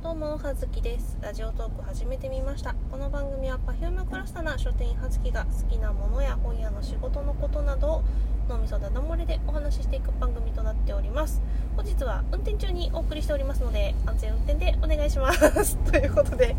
どうもはずきです。ラジオトーク始めてみました。この番組は Perfume クラスタな書店員はずきが好きなものや本屋の仕事のことなどを脳みそだだ漏れでお話ししていく番組となっております。本日は運転中にお送りしておりますので安全運転でお願いしますということで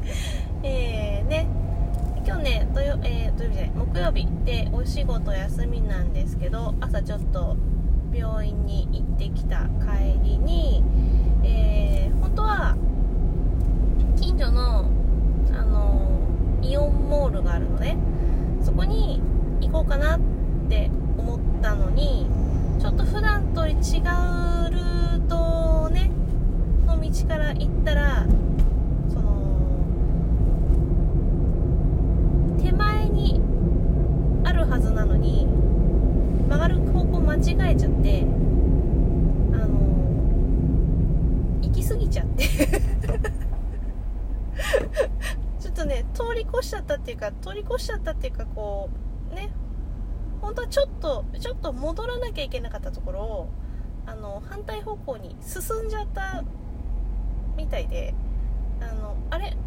今日ね木曜日でお仕事休みなんですけど、朝ちょっと病院に行ってきた帰りに、本当は近所の、イオンモールがあるので、そこに行こうかなって思ったのに、ちょっと普段と違うルートをねの道から行ったら、その手前にあるはずなのに曲がる方向間違えちゃって行き過ぎちゃってちょっとね通り越しちゃったっていうかこうね、本当はちょっと戻らなきゃいけなかったところを反対方向に進んじゃったみたいで、あれ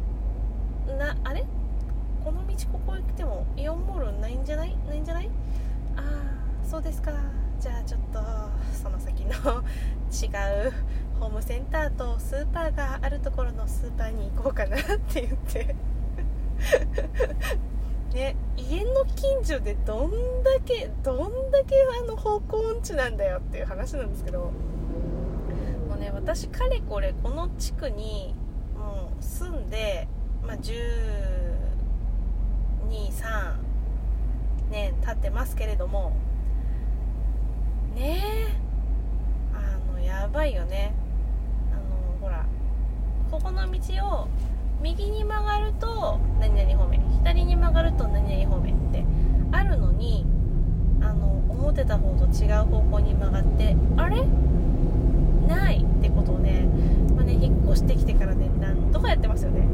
この道ここ行ってもイオンモールないんじゃないああそうですか、じゃあちょっとその先の違うホームセンターとスーパーがあるところのスーパーに行こうかなって言ってね、家の近所でどんだけ方向音痴なんだよっていう話なんですけど、もうね、私かれこれこの地区にもう住んで、13年経ってますけれどもねえ、やばいよね。ほら、ここの道を右に曲がると何々方面、左に曲がると何々方面ってあるのに、思ってた方と違う方向に曲がって、あれないってことをね、引っ越してきてからね、何度かやってますよね。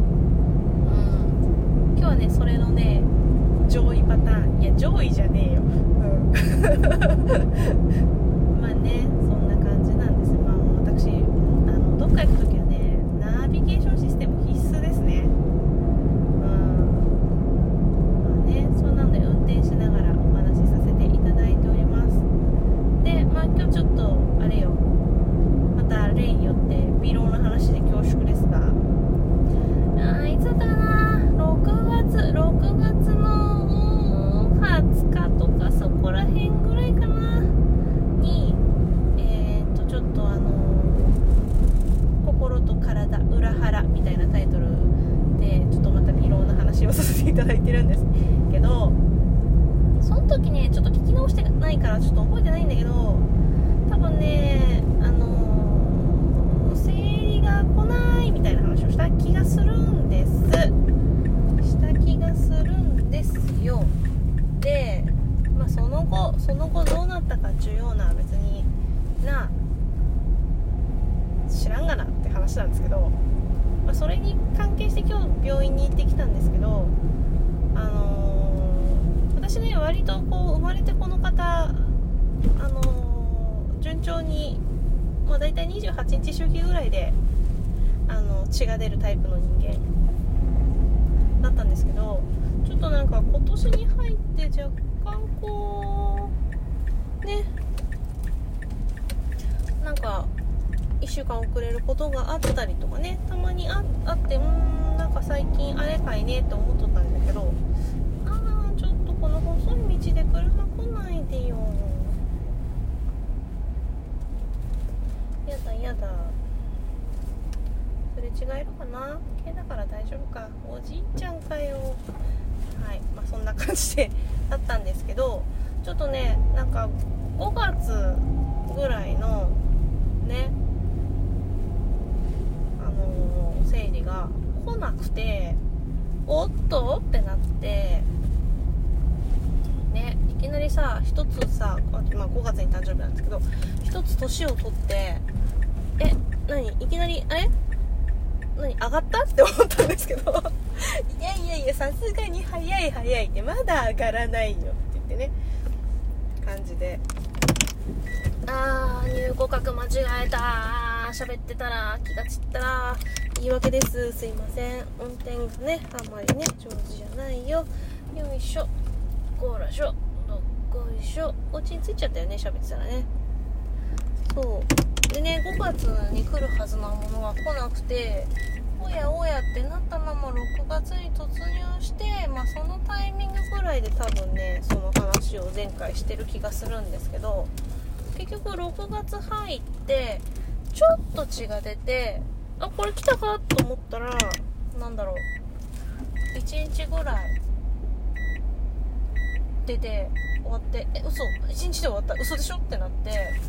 今日はね、それのね上位パターン、いや上位じゃねえよ、まあね、そんな感じなんです。私どっか行くときはね、ナビゲーションシステム必須ですね。そうなんで運転しながらお話しさせていただいております。で、今日ちょっとあれよ、また例によって微量な話で恐縮ですが、いつだったかな、6月の20日とかそこら辺ぐらいかなに、ちょっと心と体裏腹みたいなタイトルでちょっとまた微量な話をさせていただいてるんですけど、その時ねちょっと聞き直してないからちょっと覚えてないんだけど、多分ね生理が来ないみたいな話をした気がするんですよ。で、その後どうなったか重要な別に知らんがなって話なんですけど、それに関係して今日病院に行ってきたんですけど、私ね割とこう生まれてこの方順調に、だいたい28日周期ぐらいで血が出るタイプの人間だったんですけど、ちょっとなんか今年に入って若干こうね、なんか1週間遅れることがあったりとかね、たまにあってなんか最近あれかいねって思っとったんだけど、ちょっとこの細い道で車来ないでよ、やだすれ違えるかな、軽だから大丈夫か、おじいちゃんかよ。はい、そんな感じでだったんですけど、ちょっとねなんか5月ぐらいのね生理が来なくて、おっとってなってね、いきなりさ一つさ、5月に誕生日なんですけど、一つ年を取って、いきなり上がったって思ったんですけどいやさすがに早いってまだ上がらないよって言ってね感じで、入国間違えた喋ってたら気が散ったら言い訳です。すいません。運転がねあんまりね上手じゃないよ。よいしょこらしょどっこいしょ。お家に着いちゃったよね、喋ってたらね。そうでね、5月に来るはずなものが来なくて、おやおやってなったまま6月に突入して、そのタイミングぐらいで多分ねその話を前回してる気がするんですけど、結局6月入ってちょっと血が出て、あ、これ来たかと思ったらなんだろう、1日ぐらい出て終わって、嘘、1日で終わった、嘘でしょってなって、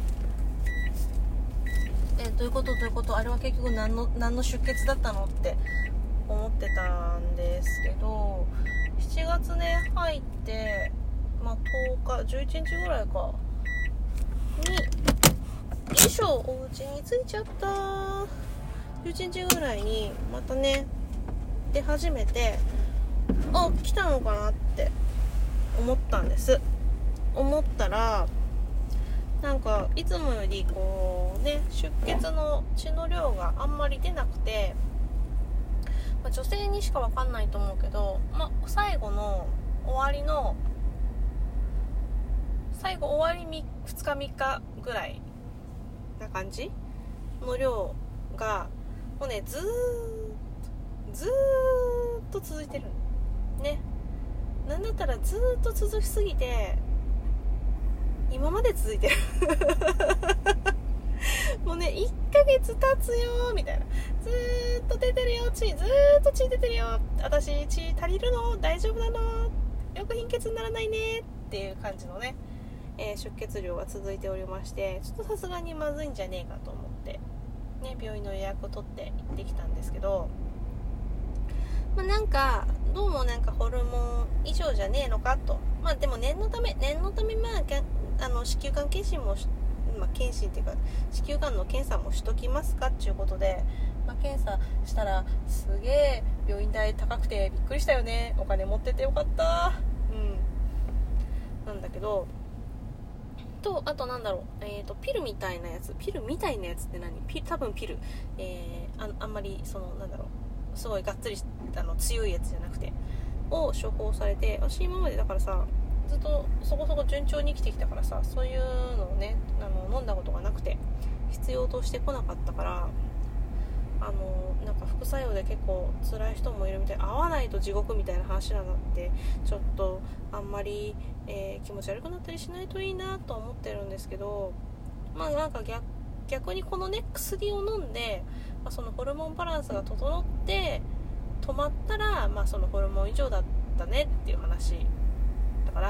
どういうことあれは結局何の出血だったのって思ってたんですけど、7月ね入って10日11日ぐらいかに、よいしょ、お家に着いちゃった。11日ぐらいにまたね出始めて、あ、来たのかなって思ったんです。思ったらなんかいつもよりこうね出血の血の量があんまり出なくて、女性にしかわかんないと思うけど、最後終わり2日3日ぐらいな感じの量がもうねずーっと続いてるね。なんだったらずーっと続きすぎて今まで続いてるもうね1ヶ月経つよみたいな、ずーっと出てるよ、ずーっと血出てるよ、私血足りるの、大丈夫なの、よく貧血にならないねっていう感じのね、出血量が続いておりまして、ちょっとさすがにまずいんじゃねえかと思ってね、病院の予約を取って行ってきたんですけど、なんかどうもなんかホルモン異常じゃねえのかと。でも念のため子宮がん検診も検診っていうか子宮がんの検査もしときますかっていうことで、検査したらすげえ病院代高くてびっくりしたよね。お金持っててよかった。なんだけど、あとなんだろう、ピルみたいなやつって何？多分ピル、あんまりなんだろう、すごいがっつり強いやつじゃなくてを処方されて、私今までだからさずっとそこそこ順調に生きてきたからさ、そういうのをね飲んだことがなくて必要としてこなかったから、なんか副作用で結構辛い人もいるみたい、合わないと地獄みたいな話なんだって、ちょっとあんまり、気持ち悪くなったりしないといいなと思ってるんですけど、なんか逆にこのね薬を飲んで、そのホルモンバランスが整って止まったら、そのホルモン異常だったねっていう話だから、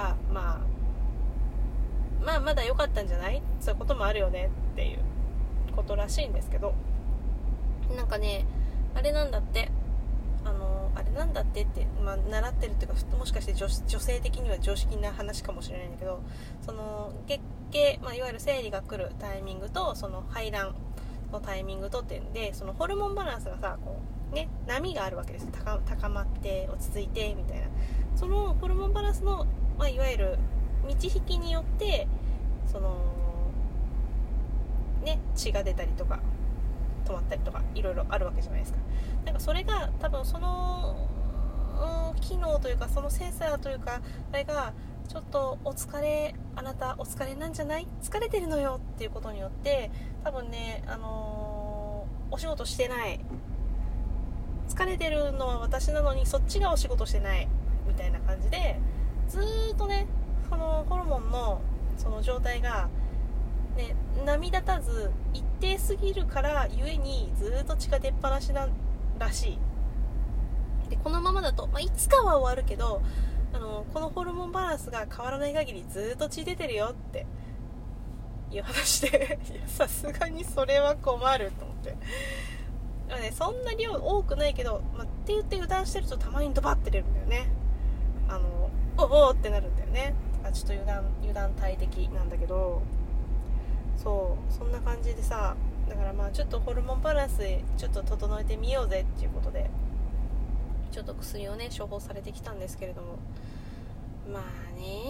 まだ良かったんじゃない？そういうこともあるよねっていうことらしいんですけど、なんかねあれなんだってって、習ってるっていうか、もしかして女性的には常識な話かもしれないんだけど、その月経、いわゆる生理が来るタイミングとその排卵のタイミングとってんで、そのホルモンバランスがさこうね波があるわけです。高まって落ち着いてみたいな、そのホルモンバランスの、いわゆる満ち引きによってそのね血が出たりとか止まったりとかいろいろあるわけじゃないですか。なんかそれが多分その機能というか、そのセンサーというか、あれがちょっとあなたお疲れなんじゃない、疲れてるのよっていうことによって、多分ねお仕事してない、疲れてるのは私なのにそっちがお仕事してないみたいな感じで、ずーっとねそのホルモンのその状態がね波立たず一定すぎるからゆえにずーっと血が出っ放しならしい。でこのままだと、いつかは終わるけどこのホルモンバランスが変わらない限りずーっと血出てるよっていう話でさすがにそれは困ると思って、そんな量多くないけど、って言って油断してるとたまにドバって出るんだよね。おってなるんだよね。ちょっと油断大敵なんだけど、そんな感じでさ、だからちょっとホルモンバランスちょっと整えてみようぜっていうことでちょっと薬をね処方されてきたんですけれども、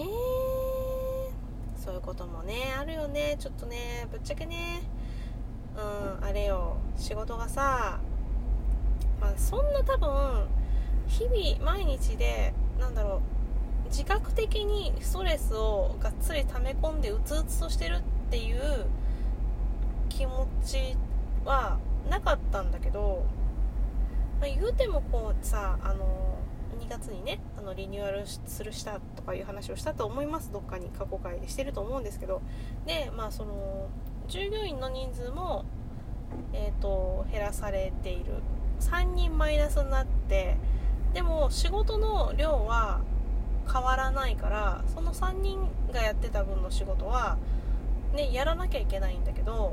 そういうこともねあるよね。ちょっとねぶっちゃけねあれよ、仕事がさ、そんな多分日々毎日で自覚的にストレスをがっつり溜め込んでうつうつとしてるっていう気持ちはなかったんだけど、言うてもこうさ、2月にねリニューアルしたとかいう話をしたと思います。どっかに過去回でしてると思うんですけど、でその従業員の人数も、減らされている。3人マイナスになって、でも仕事の量は変わらないから、その3人がやってた分の仕事はねやらなきゃいけないんだけど、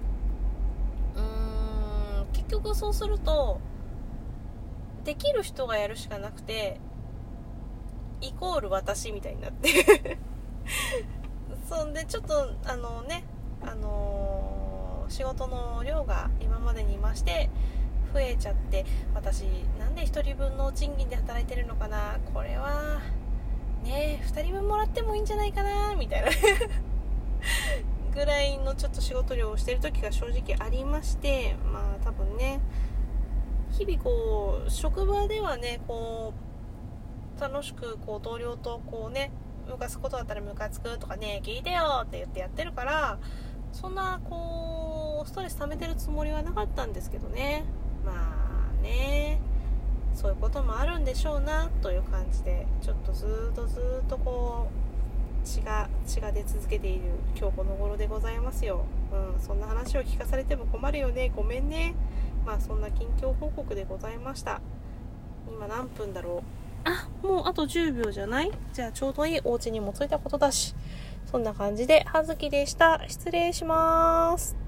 結局そうするとできる人がやるしかなくて、イコール私みたいになってそんでちょっと仕事の量が今までに増して増えちゃって、私なんで1人分の賃金で働いてるのかな、これはね2人分もらってもいいんじゃないかなみたいなぐらいのちょっと仕事量をしてる時が正直ありまして、多分ね日々こう職場ではねこう楽しくこう同僚とこうねムカつくことだったらムカつくとかね聞いてよって言ってやってるから、そんなこうストレス溜めてるつもりはなかったんですけどね、そういうこともあるんでしょうなという感じで、ちょっとずっとこう血が出続けている今日この頃でございますよ。そんな話を聞かされても困るよね、ごめんね。そんな近況報告でございました。今何分だろう。もうあと10秒じゃない？じゃあちょうどいい、お家にも着いたことだし。そんな感じで葉月でした。失礼します。